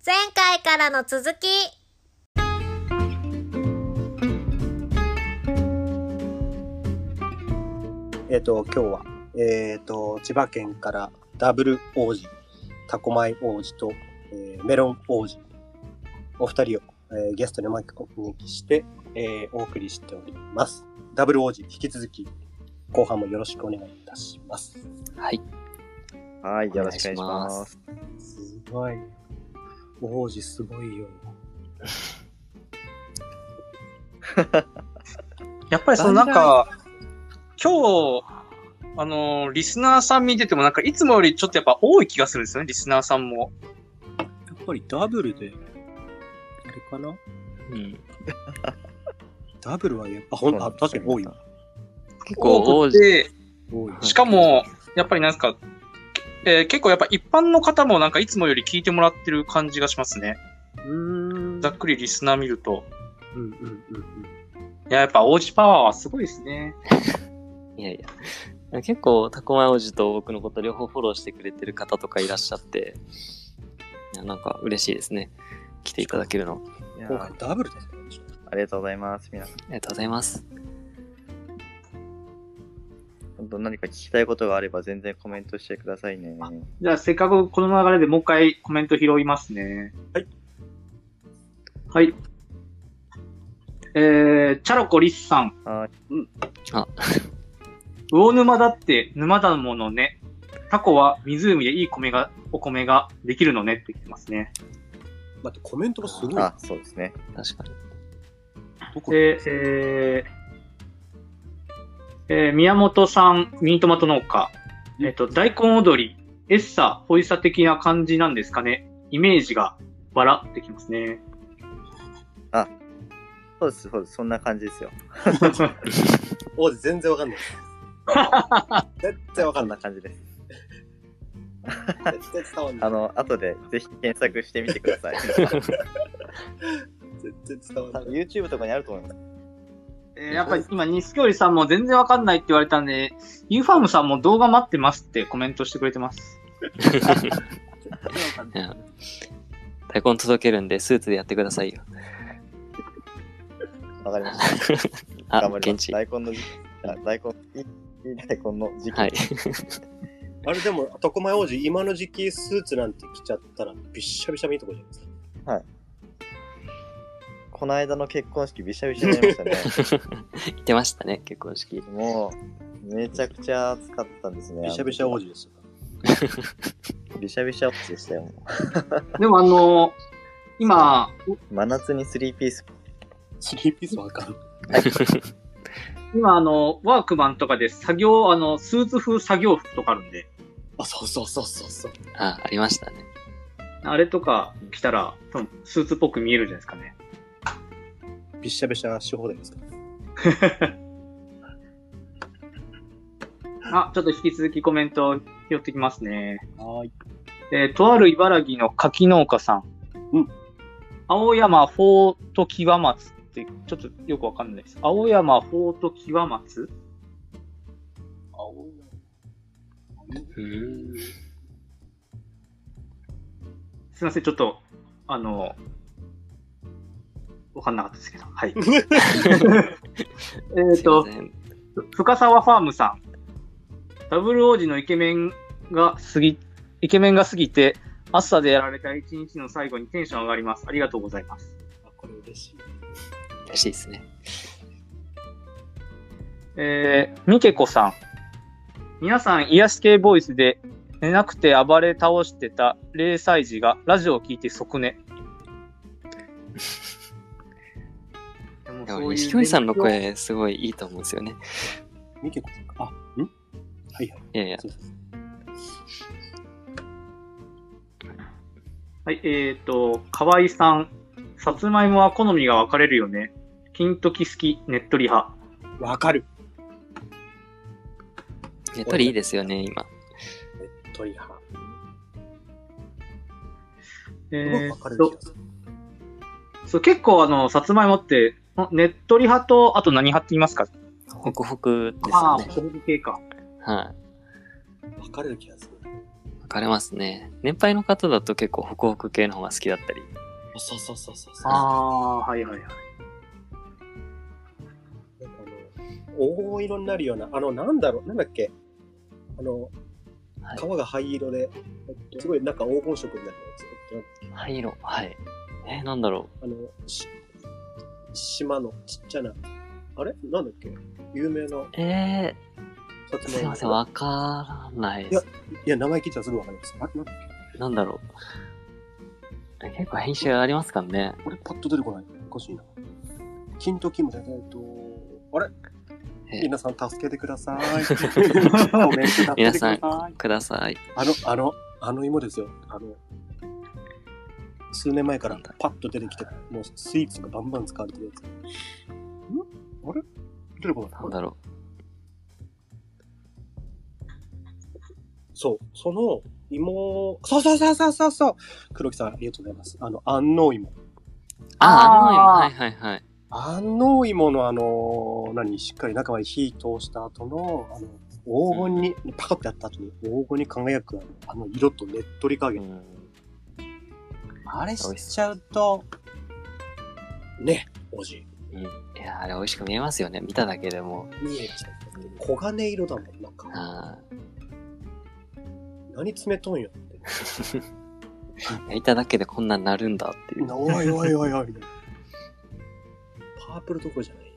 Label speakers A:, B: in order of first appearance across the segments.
A: 前回からの続き。
B: 今日は、千葉県からダブル王子、タコマイ王子と、メロン王子、お二人を、ゲストにお招きして、お送りしております。ダブル王子、引き続き、後半もよろしくお願いいたします。
C: はい。
D: はい、よろしくお願いします。
B: すごい。王子すごいよ。
E: やっぱりそのなんか、今日、リスナーさん見ててもなんかいつもよりちょっとやっぱ多い気がするんですよね、リスナーさんも。
B: やっぱりダブルで、あれかな？
C: うん。
B: ダブルはやっぱ、確かに多い。
C: 結構多い。
E: しかも、やっぱりなんか、結構やっぱ一般の方もなんかいつもより聞いてもらってる感じがしますね。ざっくりリスナー見ると。いや、やっぱ王子パワーはすごいですね。
C: いやいや。結構、タコマイ王子と僕のこと両方フォローしてくれてる方とかいらっしゃって、いや、なんか嬉しいですね。来ていただけるの。
B: 今回ダブルですね。
D: ありがとうございます、皆さん。
C: ありがとうございます。
D: 本当何か聞きたいことがあれば全然コメントしてくださいね。
E: じゃあせっかくこの流れでもう一回コメント拾いますね。
B: はい。
E: はい。チャロコリスさん。
D: はい。
C: あ。
E: 魚沼だって沼だものね。タコは湖でいいお米ができるのねって言ってますね。
B: 待って、コメントがすごい。
D: あ、そうですね。
C: 確かに。
E: 宮本さん、ミニトマト農家。大根踊り、エッサ、ホイサ的な感じなんですかね。イメージがバラってきますね。
D: あ、そうです、そうです。そんな感じですよ。
B: 王子全然わかんない。絶対わかんない
D: 感じです。
B: 絶対伝わんない。
D: 後でぜひ検索してみてください。
B: 絶対伝わんない。
D: YouTube とかにあると思います。
E: やっぱり今、錦織さんも全然わかんないって言われたんで、ユーファームさんも動画待ってますってコメントしてくれてます。
C: 大根届けるんでスーツでやってくださいよ。
D: わかりました。
C: あ、
D: 頑張ります。
C: 現地。
D: 大根の時期。いい大根の時期。
C: はい。
B: あれでも、タコマイ王子、今の時期スーツなんて着ちゃったら、びっしゃびしゃ見とこじゃないですか。
D: はい。この間の結婚式びしゃびしゃになりましたね。
C: 言ってましたね、結婚式。
D: もう、めちゃくちゃ暑かったんですね。
B: びしゃびしゃ王子ですよ。
D: びしゃびしゃ王子でしたよ。
E: でも今、
D: 真夏にスリーピース。
B: スリーピースわかる。
E: 今ワークマンとかでスーツ風作業服とかあるんで。
B: あ、そう。
C: ありましたね。
E: あれとか着たら、スーツっぽく見えるじゃないですかね。
B: びっしゃびしゃし放題ですか。
E: ちょっと引き続きコメント拾ってきますね。
B: はい。
E: とある茨城の柿農家さん。青山フォート極松ってちょっとよくわかんないです。青山フォート極松？すいません、ちょっと、わかんなかったですけど。はい。深沢ファームさん。ダブル王子のイケメンが過ぎて、暑さでやられた一日の最後にテンション上がります。ありがとうございます。
B: これ嬉しい。
C: 嬉しいです
E: ね。みけこさん。皆さん、癒し系ボイスで寝なくて暴れ倒してた0歳児がラジオを聞いて即寝。
C: でも錦織さんの声すごいいいと思うんですよね。
B: みけこさんか。はいはい。
C: いやいや。
E: はい、河合さん。さつまいもは好みが分かれるよね。金時好き、ねっとり派。
B: わかる。
C: ねっとりいいですよね、今。
B: ねっとり派。
E: そう、結構さつまいもって、ねっとり派と、あと何派って言いますか？
C: ホクホクですよね。
E: ホクホク系か。
C: はい。
B: 分かれる気がする。
C: 分かれますね。年配の方だと結構ホクホク系の方が好きだったり。
B: そうそうそうそう。
E: ああ、はいはいはい。
B: なんか黄色になるような、なんだろう、なんだっけ、
C: はい、
B: 皮が灰色で、すごいなんか黄金色になるやつ。
C: 灰色。はい。なんだろう。
B: 島のちっちゃな、あれなんだっけ有名な。さつまいも。
C: すいません、わからないです。
B: いや、名前聞いたらすぐわかります。あれ
C: なんだろう。結構編集ありますからね。
B: 俺パッと出てこない。おかしいな。金と金もじゃないと、あれ皆さん助けてください。コメント助けてください。
C: 皆さんください。
B: あの芋ですよ。数年前からパッと出てきて、もうスイーツがバンバン使われてるやつ。あれ出てこない。
C: なんだろう。
B: そう、その芋、そう。黒木さん、ありがとうございます。安納芋。
C: 安納芋。はいはいはい。
B: 安納芋のしっかり中まで火通した後の、黄金に、パカッてやった後に黄金に輝く色とねっとり加減。あれしちゃうと、ね、美味しい。
C: いや、あれ美味しく見えますよね。見ただけでも。
B: 見えちゃう。黄金色だもん、なんか。何詰めとんよって。
C: 焼いただけでこんなんなるんだっていう。
B: おい。パープルどころじゃないよ。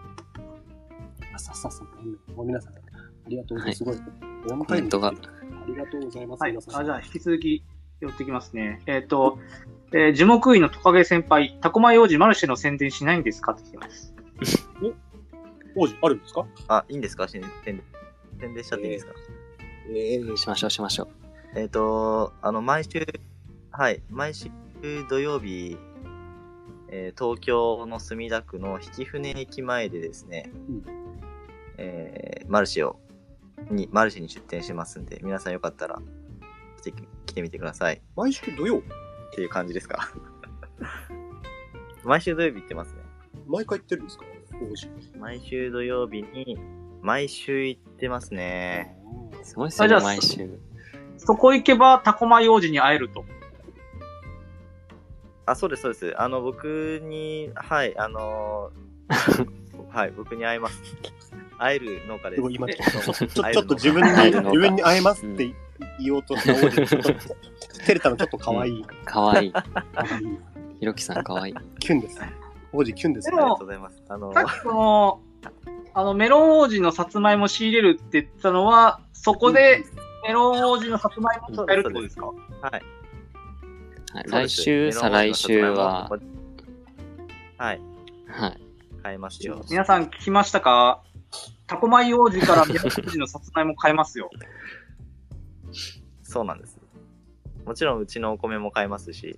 B: もう皆さん、ありがとうございます。すごい。
C: コメントが。
B: ありがとうございます。
E: はい。じゃあ、引き続き寄ってきますね。樹木医のトカゲ先輩、タコマイ王子マルシェの宣伝しないんですかって聞きます。
B: 王子、あるんですか？
D: あ、いいんですか？宣伝しちゃっていいですか？
C: しましょう。
D: 毎週土曜日、東京の墨田区の曳舟駅前でですね、マルシェに出店しますんで、皆さんよかったら来てみてください。
B: 毎週土曜
D: っていう感じですか？毎週土曜日行ってますね。
B: 毎回行ってるんですか？王子。
D: 毎週土曜日に毎週行ってますね。
C: すごいっすよね、毎週。
E: そこ行けばタコマイ王子に会えると。
D: あ、そうです。僕に、僕に会えます。会える農家です。
B: 今ちょっと自分に会えますって言おうとした王子。照れたのちょっと可愛い。
C: かわいい。ひろきさんかわいい。
B: キュンです。王子キュンです。
D: ありがとうございます。
E: さっきメロン王子のさつまいも仕入れるって言ったのは、そこでメロン王子のさつまいも使えるってことですか？
D: はい。
C: 来週、再来週は、
D: はい。買えますよ。
E: 皆さん聞きましたか？タコマイ王子からメロン王子のさつまいも買えますよ。
D: そうなんです。もちろんうちのお米も買えますし。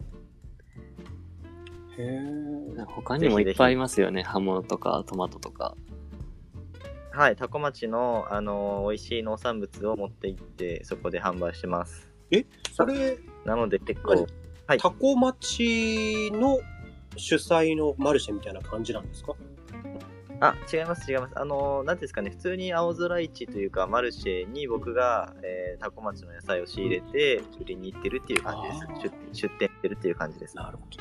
C: 他にもいっぱいありますよね。葉物とかトマトとか。
D: はい、タコ町の、美味しい農産物を持って行ってそこで販売してます。
B: それ
D: なので結構、
B: はい、タコ町の主催のマルシェみたいな感じなんですか？
D: あ、違います。なんていうんですかね、普通に青空市というかマルシェに僕が、タコ町の野菜を仕入れて売りに行ってるっていう感じです。出店してるっていう感じです。
B: なるほど。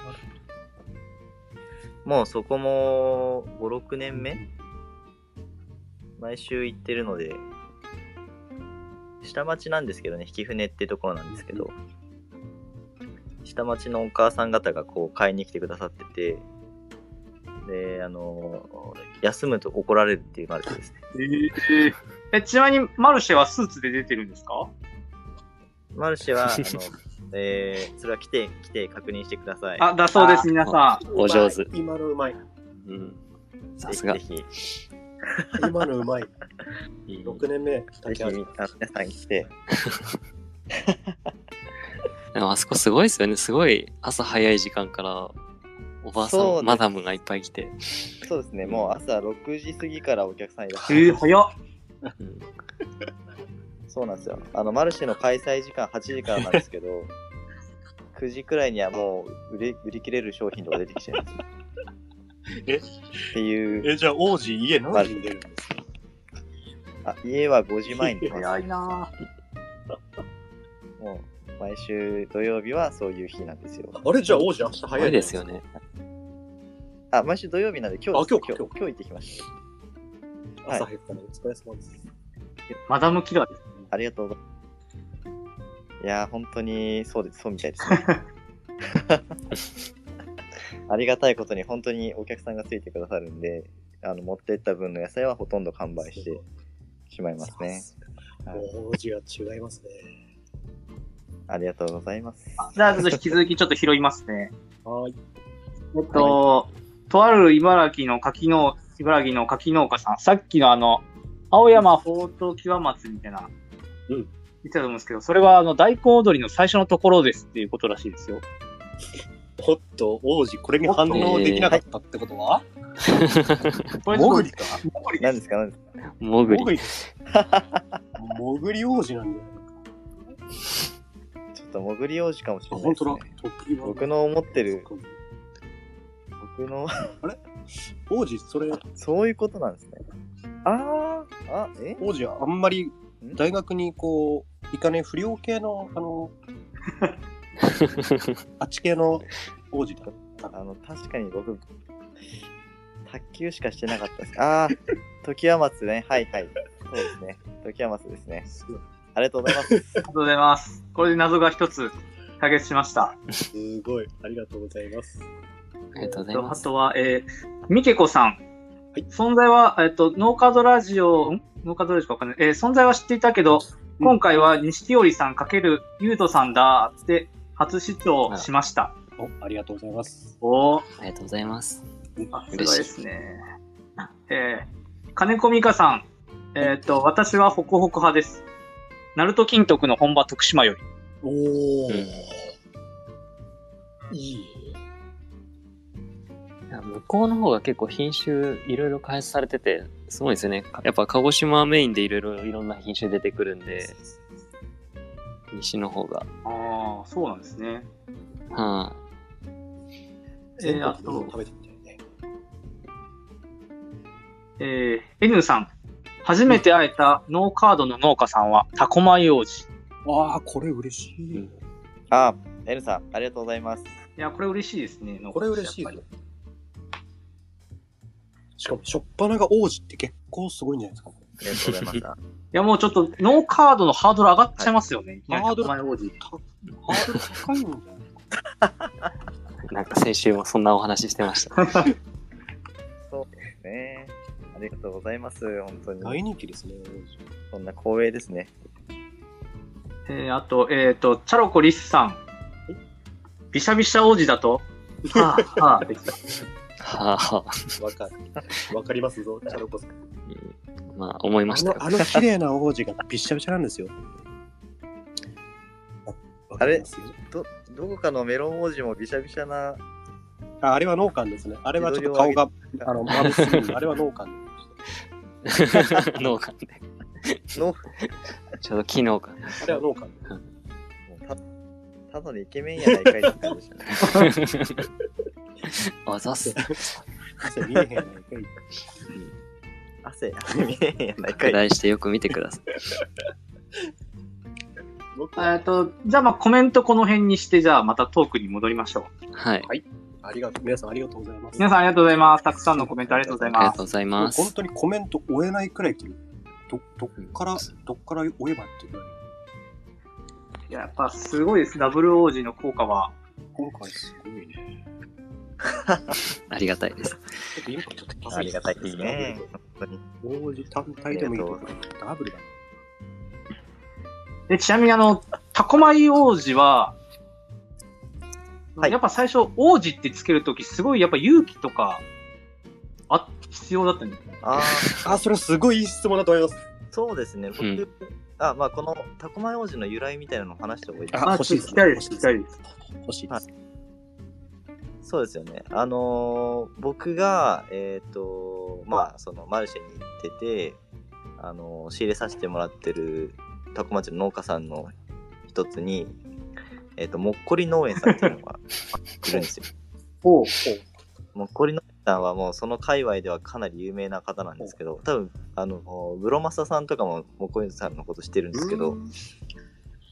D: もうそこも5、6年目毎週行ってるので、下町なんですけどね、曳舟ってところなんですけど、下町のお母さん方がこう買いに来てくださってて、で、休むと怒られるっていうマルシェですね。
E: ちなみにマルシェはスーツで出てるんですか？
D: マルシェは、それは来て確認してください。
E: だそうです、皆さん。
C: お上手。
B: 今のうまい。
C: さすが。
D: ぜひ。
B: 今のうまい。6年目。
D: ぜひ、皆さん来て。
C: でもあそこすごいですよね。すごい朝早い時間からおばあさん、マダムがいっぱい来て。
D: そうですね。もう朝6時過ぎからお客さんいらっしゃる。
E: 早っ。
D: そうなんですよ。マルシェの開催時間8時からなんですけど、9時くらいにはもう売り切れる商品とか出てきちゃいます。っていう。
B: じゃあ王子家何時に出るんですか？
D: 家は5時前に出ます。
E: 早いな。
D: もう毎週土曜日はそういう日なんですよ。
B: あれじゃあ王子明日
C: すごい
B: 早い
C: ですよね。
D: あ、毎週土曜日なんで今日です。
B: 今日
D: 今日行ってきました。
B: 朝早くからお疲れ様です。
E: マダムキラーです。
D: ありがとうございます。いやー、本当にそうみたいですね。ありがたいことに本当にお客さんがついてくださるんで、持ってった分の野菜はほとんど完売してしまいますね。はい、
B: 王子が違いますね。
D: ありがとうございます。
E: じゃあ、ちょっと引き続きちょっと拾いますね。
B: はい。
E: とある茨城の柿農家さん、さっきの青山フォート極松みたいな、言ってたと思うんですけど、それは大根踊りの最初のところですっていうことらしいですよ。
B: おっと、王子、これに反応できなかったってことは、
E: これ
B: モグリか。
D: 何ですか
C: もぐり。
B: モグリ。モグリ王子なんだよ。
D: ちょっと潜り王子かもしれないです、
B: 本当
D: ね。
B: だ。
D: 僕の思ってる、
B: あれ王子、それ、
D: そういうことなんですね。
B: 王子はあんまり大学にこう、行かない不良系の、あっち系の王子だ。
D: 確かに僕、卓球しかしてなかったです。時山松ね。はい。そうですね。時山松ですね。ありがとうございます。
E: ありがとうございます。これで謎が一つ解決しました。
B: すごい。ありがとうございます。
C: ありがとうございます。
E: あとは、みけこさん。
B: はい、
E: 存在は、ノーカードラジオかわかんない。存在は知っていたけど、今回は錦織さん×ゆうとさんだって初視聴しました。
B: ありがとうございます。
C: ありがとうございます。
E: 嬉しいですね。金子美香さん。私はホクホク派です。ナルト金徳の本場徳島より。
B: いい。
C: 向こうの方が結構品種いろいろ開発されてて、すごいですよね。やっぱ鹿児島メインでいろんな品種出てくるんで、西の方が。
E: ああ、そうなんですね。
C: は
B: あと、食べてみたいね。
E: N さん。初めて会えたノーカードの農家さんはタコ米王子。
B: これ嬉しい。
D: N さん、ありがとうございます。
E: いや、これ嬉しいですね。
B: これ嬉しい。しかも、しょっぱなが王子って結構すごいんじゃないですか。
D: ありがとうございました。
E: いや、もうちょっとノーカードのハードル上がっちゃいますよね。
B: ハードル
E: タコ米王子。
B: ハードル高いんじゃないですか。
C: なんか先週もそんなお話してました。
D: そうですね。ありがとうございます。本当に。
B: 大人気ですね。
D: そんな光栄ですね。
E: あと、チャロコリスさん。ビシャビシャ王子だとできた。
B: わかりますぞ、チャロコさん。
C: まあ、思いましたよ。
B: 綺麗な王子がびっしゃびしゃなんですよ。
D: あれどこかのメロン王子もびしゃびしゃな。
B: あれは農家ですね。あれはちょっと顔がまぶしい。あれは農家。
C: 農家で。ちょうど昨日か。
B: あれは農家。
D: ただのイケメンやないかいって感じでしたね。
C: あざっす。
B: 汗見えへんやないかい。
D: 汗見えへんやないかい。
C: 題してよく見てください。
E: じゃあまあコメントこの辺にして、じゃあまたトークに戻りましょう。
C: はい。
B: 皆さんありがとうございます。
E: 皆さんありがとうございます。たくさんのコメントありがとうございます。
C: ありがとうございます。
B: 本当にコメント追えないくらい来る。どっから追えばっていうぐらい。
E: いや、やっぱすごいです。ダブル王子の効果は。
B: 今回すごいね。
C: ありがたいです。
D: ありがたいですね。本当に。
B: 王子単体でもいいけど、ダブルだ。
E: ちなみにタコ米王子は、やっぱ最初王子ってつけるときすごいやっぱ勇気とか必要だったんですね。
B: それすごいいい質問だと思います。
D: そうですね。僕、まあこのタコ米王子の由来みたいなのを話しておいて。
B: 欲しいです。
E: 聞きたいです。
B: 欲しいです。
D: そうですよね。僕がまあそのマルシェに行ってて、仕入れさせてもらってるタコ町の農家さんの一つに、もっこり農園さんっていうのがいるんですよ。もっこり農園さんはもうその界隈ではかなり有名な方なんですけど、多分ブロマサさんとかももっこりさんのこと知ってるんですけど、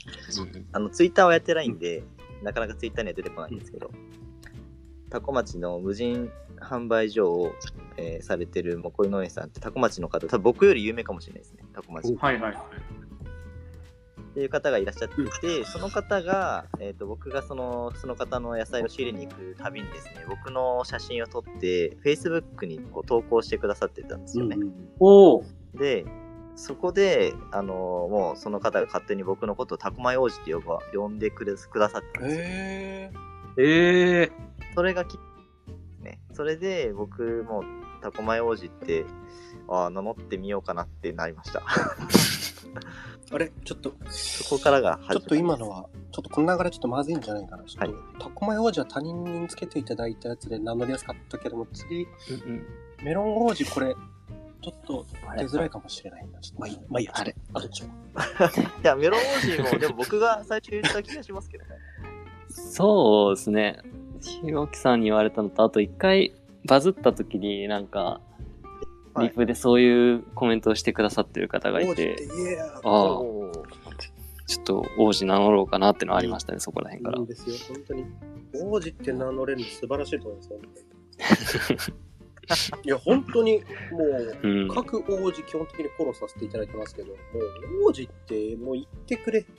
D: ツイッターはやってないんで、なかなかツイッターには出てこないんですけど、多古町の無人販売所を、されてるもこい農園さんって多古町の方、多分僕より有名かもしれないですね、多古町。
E: はいはい。
D: っていう方がいらっしゃっていて、その方が、僕がその方の野菜を仕入れに行くたびにですね、僕の写真を撮って、Facebook にこう投稿してくださってたんですよね。
E: おお。
D: で、そこで、もうその方が勝手に僕のことをタコマイ王子って呼んでくださったんですよ。それがね。それで僕もタコマイ王子って名乗ってみようかなってなりました。
B: あれちょっと、
D: そこからが
B: ちょっと今のは、ちょっとこの流れちょっとまずいんじゃないかな。ちょっと、タコマイ王子は他人につけていただいたやつで名乗りやすかったけども、次、メロン王子これ、ちょっと出づらいかもしれないな。まあいいや。あれあとちょっ
D: と。いや、メロン王子も、でも僕が最初言った気がしますけどね。
C: そうですね。ひろきさんに言われたのと、あと一回バズった時になんか、リプでそういうコメントをしてくださってる方がいて、ちょっと王子名乗ろうかなってのはありましたね、そこら辺から。
B: いいんですよ、本当に。王子って名乗れるの素晴らしいと思いますよ。いや、本当に、もう、各王子基本的にフォローさせていただいてますけど、もう、王子って、もう言ってくれって。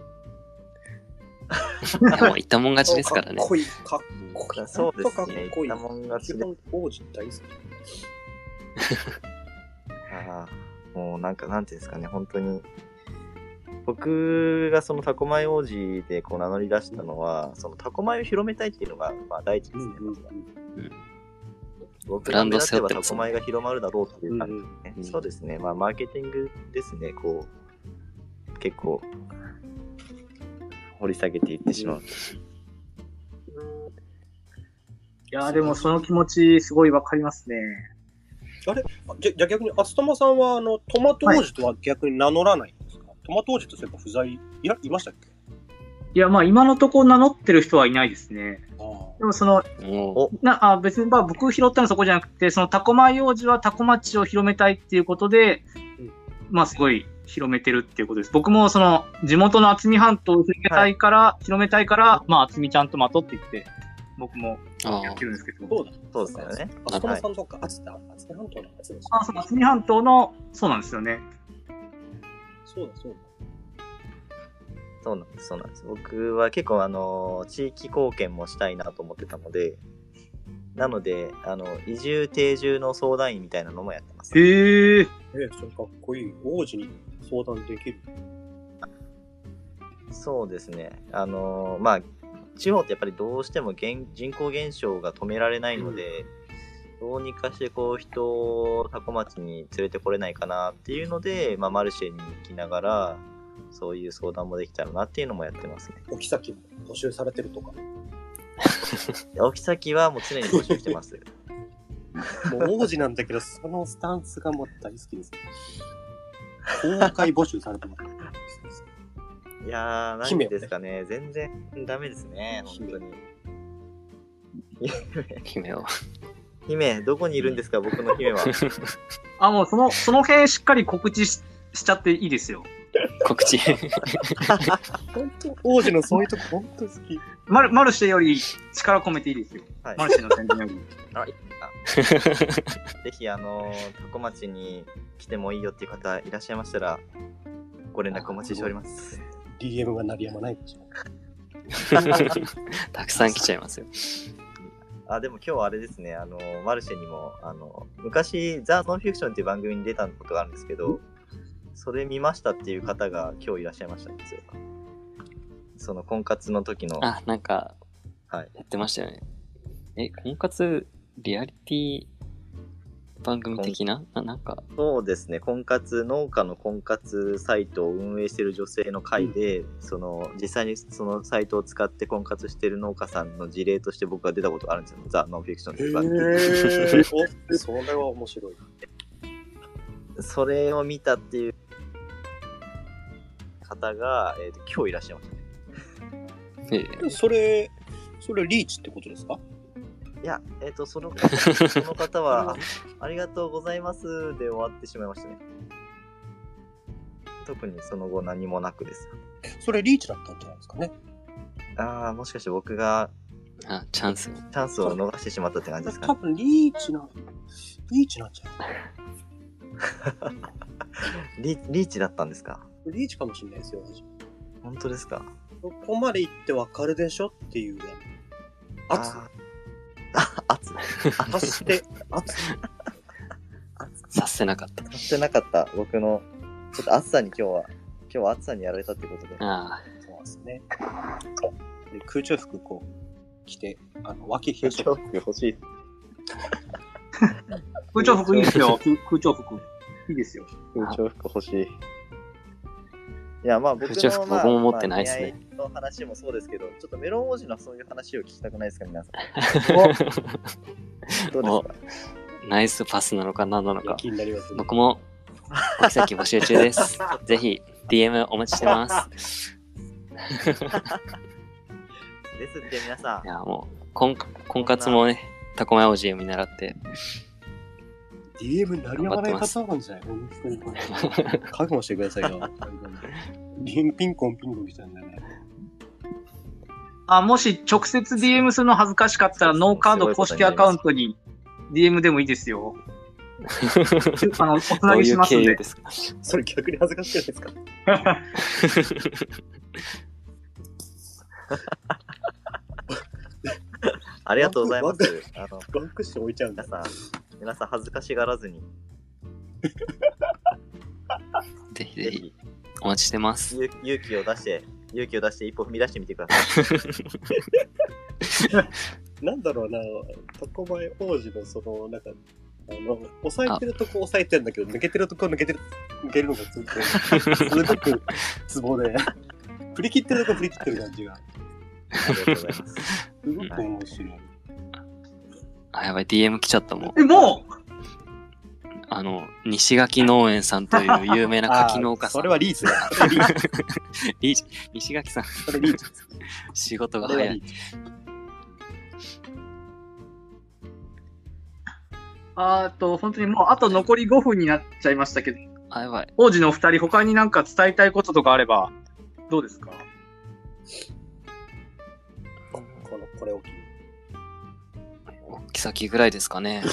C: もう言ったもん勝ちですからね。
B: かっこいい、かっこいい。
D: そうですね。
B: かっこいい。
D: 言ったもん勝ちで。
B: 基本王子大好き。
D: もうなんか、なんていうんですかね、本当に。僕がそのタコマイ王子でこう名乗り出したのは、そのタコマイを広めたいっていうのが、まあ第一ですね。僕が目立てばタコマイが広まるだろうっていう感じですね。そうですね。まあマーケティングですね。こう、結構、掘り下げていってしまう。い
E: やでもその気持ちすごいわかりますね。
B: あれじゃあ逆に、あつとまさんはトマト王子とは逆に名乗らないんですか？トマト王子とすれば不在いましたっけ？
E: いや、まあ今のところ名乗ってる人はいないですね。でもその、別に僕拾ったのはそこじゃなくて、そのタコマイ王子はタコ町を広めたいっていうことで、まあすごい広めてるっていうことです。僕もその地元の渥美半島を広めたいから、まあ渥美ちゃんとまとっていって、僕もやってるんですけど。
D: そうですよね。
B: あつとまさんとか、渥美半島の渥美。
E: そう、渥美半島の、そうなんですよね。
B: そうだ。
D: そうなんです。僕は結構地域貢献もしたいなと思ってたので、なので、移住定住の相談員みたいなのもやってます。
B: それかっこいい。王子に相談できる。
D: そうですね。まあ、地方ってやっぱりどうしても人口減少が止められないので、どうにかしてこう人をタコ町に連れてこれないかなっていうので、まあ、マルシェに行きながら、そういう相談もできたらなっていうのもやってますね。
B: おきさきも募集されてるとか。
D: おきさきはもう常に募集してます。
B: もう王子なんだけど、そのスタンスがもう大好きです。公開募集されてます。
D: いやー、何ですかね。全然ダメですね、本当に。姫、どこにいるんですか、僕の姫は。
E: もうその辺しっかり告知しちゃっていいですよ。
C: 告知。
B: 本当、王子のそういうとこ本当好き。
E: マルシェより力込めていいですよ。はい、マルシェの宣伝より。
D: ぜひ、タコ町に来てもいいよっていう方いらっしゃいましたら、ご連絡お待ちしております。
B: DM が鳴りやまないでしょ。
C: たくさん来ちゃいますよ。
D: でも今日はあれですね、マルシェにも、昔、ザ・ノンフィクションっていう番組に出たことがあるんですけど、それ見ましたっていう方が今日いらっしゃいましたんですよ。その婚活の時の。
C: なんか、やってましたよね。婚活リアリティ番組的ななんか。
D: そうですね、農家の婚活サイトを運営している女性の会で、実際にそのサイトを使って婚活している農家さんの事例として僕が出たことがあるんですよ。ザ・ノンフィクションっていう番組。
B: それは面白い。
D: それを見たっていう方が、今日いらっしゃいましたね。
B: それリーチってことですか？
D: いや、その方はありがとうございますで終わってしまいましたね。 特にその後何もなくです。
B: それリーチだったんじゃないですかね。
D: ああ、もしかして僕が
C: チャンス
D: を逃してしまったって感じですかね。
B: 多分リーチなんじゃない
D: リーチだったんですか？
B: リーチかもしれないですよ。
D: 本当ですか？
B: そこまで行ってわかるでしょっていう。圧足して圧
C: させなかった。
D: させなかった僕のちょっと暑さに今日は暑さにやられたってことで。
C: ああ、
B: そうですね。で空調服こう着て脇冷え性。
D: 空調服欲しい。
E: 空調服いいですよ。空調服いいですよ。
D: 空調服欲しい。いや、まあ僕
C: 空調服僕も持ってないですね。
D: の話もそうですけど、ちょっとメロン王子のそういう話を聞きたくないですか、皆さん。どうですか？
C: ナイスパスなのか何なのか。
B: 気になりますね。
C: 僕もお先募集中です。ぜひ DM お待ちしてます。
D: ですって皆さん。
C: いや、もう婚活もね、タコマ王子を見習って。
B: DM 鳴りやまないパターンじゃない？本当にこれ。覚悟してくださいよ。ピンコン来たんだよね。
E: もし直接 DM するの恥ずかしかったら、ノーカード公式アカウントに DM でもいいですよ。おつなぎしますんで。
C: ですか？
B: それ逆に恥ずかしくないですか？
D: ありがとうございます。
B: ワンクッション置いちゃうんだ。
D: 皆さん恥ずかしがらずに。
C: ぜひぜひお待ちしてます。
D: 勇気を出して一歩踏み出してみてください。
B: なんだろうな、タコマイ王子のそのなんか押さえてるとこ押さえてるんだけど、抜けてるとこ抜けるのがすごくツボで、振り切ってるとこ振り切ってる感じが。
D: ありがとうございます。
B: すごく面白い。
C: やばい、DM 来ちゃったもん。
E: もう
C: 西垣農園さんという有名な柿農家さん。
B: それはリーチだ。
C: リーチ。西垣さん。
B: それリーチです。
C: 仕事が早い。
E: 本当にもうあと残り5分になっちゃいましたけど。
C: やばい。
E: 王子のお二人、他になんか伝えたいこととかあれば、どうですか？
B: これを機に。
C: 大き先ぐらいですかね。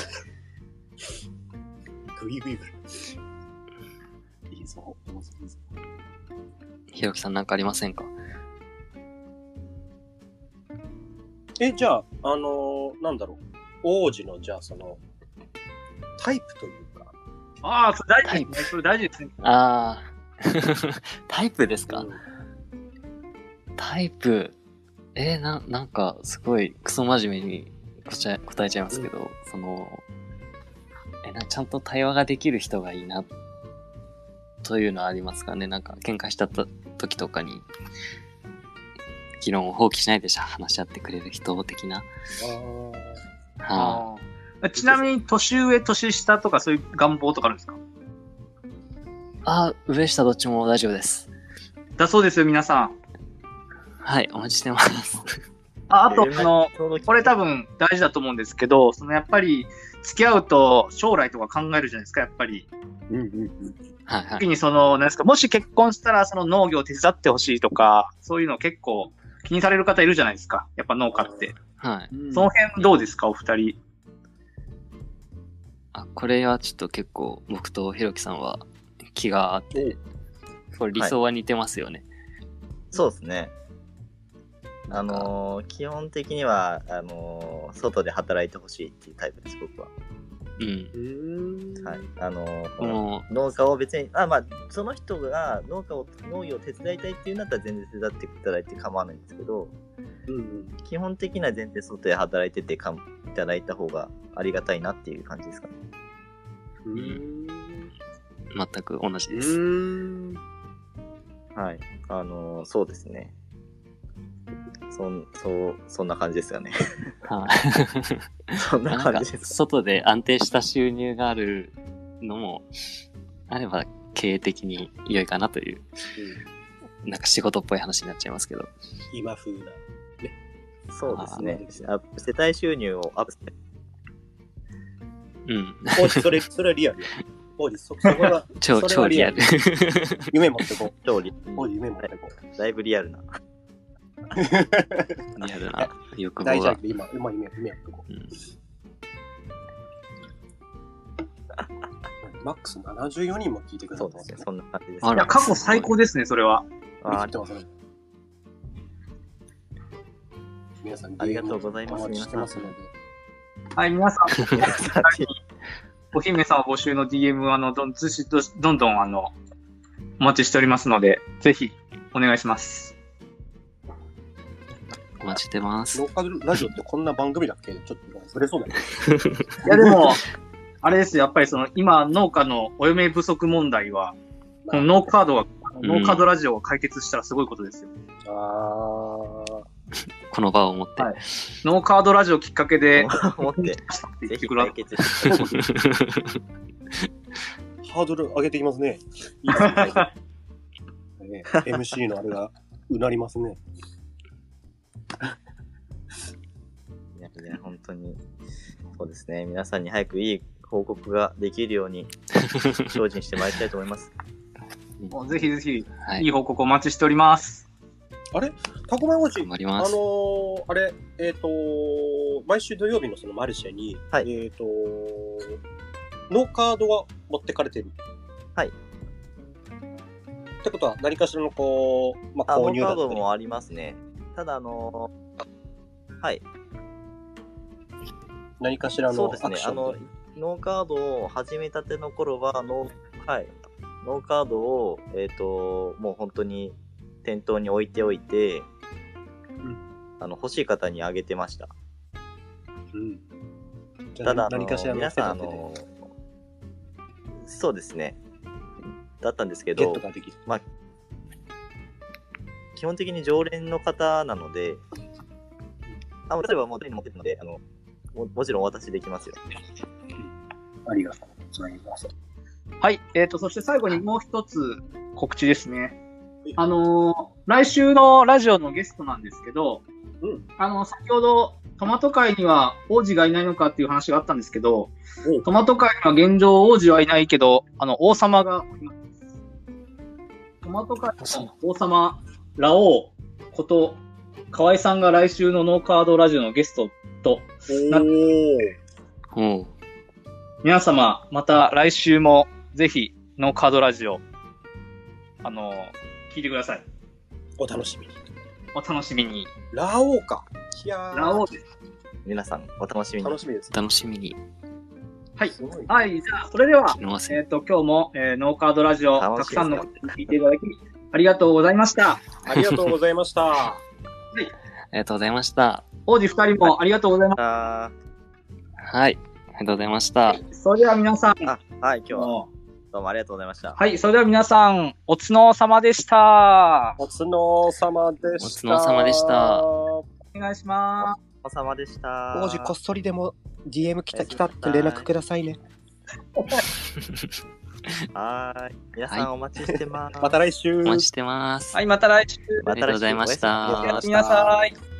B: グイグイぐらい。いいぞ。
C: ひろきさんなんかありませんか？
B: じゃあ、なんだろう。王子の、じゃあその、タイプというか。
E: それ大事ですね。それ大事ですね。
C: タイプですか？タイプ。なんか、すごい、クソ真面目に答えちゃいますけど、ちゃんと対話ができる人がいいな、というのはありますかね。なんか、喧嘩しちゃった時とかに、議論を放棄しないで話し合ってくれる人的な。
E: ちなみに、年上、年下とかそういう願望とかあるんですか？
C: 上下どっちも大丈夫です。
E: だそうですよ、皆さん。
C: はい、お待ちしてます。
E: あと、これ多分大事だと思うんですけど、やっぱり、付き合うと将来とか考えるじゃないですか、やっぱり。
C: はいはい。
E: 特になんですか、もし結婚したら農業を手伝ってほしいとか、そういうの結構気にされる方いるじゃないですか、やっぱ農家って。
C: はい。
E: その辺どうですか、お二人。
C: これはちょっと結構僕とひろきさんは気があって、これ理想は似てますよね。
D: そうですね。基本的には外で働いてほしいっていうタイプです、僕は。はい。農家を別にその人が農業を手伝いたいっていうんだったら全然手伝っていただいて構わないんですけど、基本的には全然外で働いてていただいた方がありがたいなっていう感じですかね。
C: 全く同じです。
D: はい。そうですね。そんな感じですよね。そんな感じです。
C: 外で安定した収入があるのもあれば経営的に良いかなという、なんか仕事っぽい話になっちゃいますけど。
B: 今風な。ね。
D: そうですね。世帯収入をアップして。
B: それはリアル。 王子、そこは、それは
C: 超リアル。
B: 夢持ってこう。
D: 超リ
B: 王子、夢持ってこう。
D: だいぶリアルな。
C: リアルな欲望が
B: 大事だけ。ど、今夢持ってこう。
C: うん
B: マックス74人も聞いてくださ
D: そうですね。
B: ってますね。
D: そんな感じです。
C: あら
E: いや、過去最高ですね、それは。
D: あ
B: てますね。皆さん、
D: ありがとうございます
B: お待ちしてますので。
E: はい、皆さん、
D: 皆さん
E: お姫様募集の DM、どんどん、お待ちしておりますので、ぜひ、お願いします。
C: お待ちしてます
B: ロ。ーカルラジオってこんな番組だっけ？ちょっと触れそうだね。
E: いや、でも、あれですよ、やっぱり今、農家のお嫁不足問題は、このノーカードラジオを解決したらすごいことですよ。
C: この場を持って。
E: はいノーカードラジオきっかけで、
D: 思って、
E: って言ってくれ
D: ぜひ解決して。
B: ハードル上げてきますね。いいですね。MC のあれがうなりますね。
D: いや、本当に、そうですね。皆さんに早くいい報告ができるように、精進してまいりたいと思います。
E: もうぜひぜひ、
C: はい
E: いい報告お待ちしております。
B: あれタコマイ王子
C: 頑張ります。
B: あれ、毎週土曜日のそのマルシェに、
D: はい
B: ノーカードは持ってかれてる。
D: はい。
B: ってことは、何かしらの購
D: ノーカー
B: 入だったり。
D: ドもありますね。ただ、はい。
B: 何かしらの
D: そうですね
B: アクションで。
D: ノーカードを始めたての頃は、ノーカードを、もう本当に店頭に置いておいて、欲しい方にあげてました。
B: うん。じゃ
D: ただ、
B: あ何かしらの
D: 皆さん、
B: 手立てで
D: そうですね。だったんですけど
B: ゲット、ができる。
D: 基本的に常連の方なので、例えばもう手に持ってるので、もちろんお渡しできますよ。
B: ありがとうございます。
E: はい。そして最後にもう一つ告知ですね。来週のラジオのゲストなんですけど、先ほどトマト界には王子がいないのかっていう話があったんですけど、トマト界には現状王子はいないけど、王様がいます。トマト界の王様、ラオウこと河合さんが来週のノーカードラジオのゲストとなって
C: おう
E: 皆様、また来週もぜひ、ノーカードラジオ、聞いてください。
B: お楽しみに。
E: お楽しみに。
B: ラオウか。いやー
E: ラオウです。
D: 皆さん、お楽しみに。
B: 楽しみです。
C: 楽しみに。
E: はい。
B: すごい。
E: はい、じゃあ、それでは、
C: 聞き逃せ
E: 今日も、ノーカードラジオ、たくさんの方に聞いていただき、ありがとうございました。
B: ありがとうございました。
C: ありがとうございました。
E: 王子二人もありがとうございま
C: はい。ありがとうございました。
E: す。それでは皆さん、
D: はい、今日はどうもありがとうございました。
E: はい、それでは皆さん、おつのさまでした。
B: おつの様でした。
C: おつの様でした
E: お願いします。
D: お疲れ様でした。
B: 王子こっそりでも DM 来たって連絡くださいね。
D: はーい。皆さんお待ちしてます。
B: また来週。
C: お待ちしてます。
E: はい、また来週。
C: ありがとうございました
E: おやすみなさい。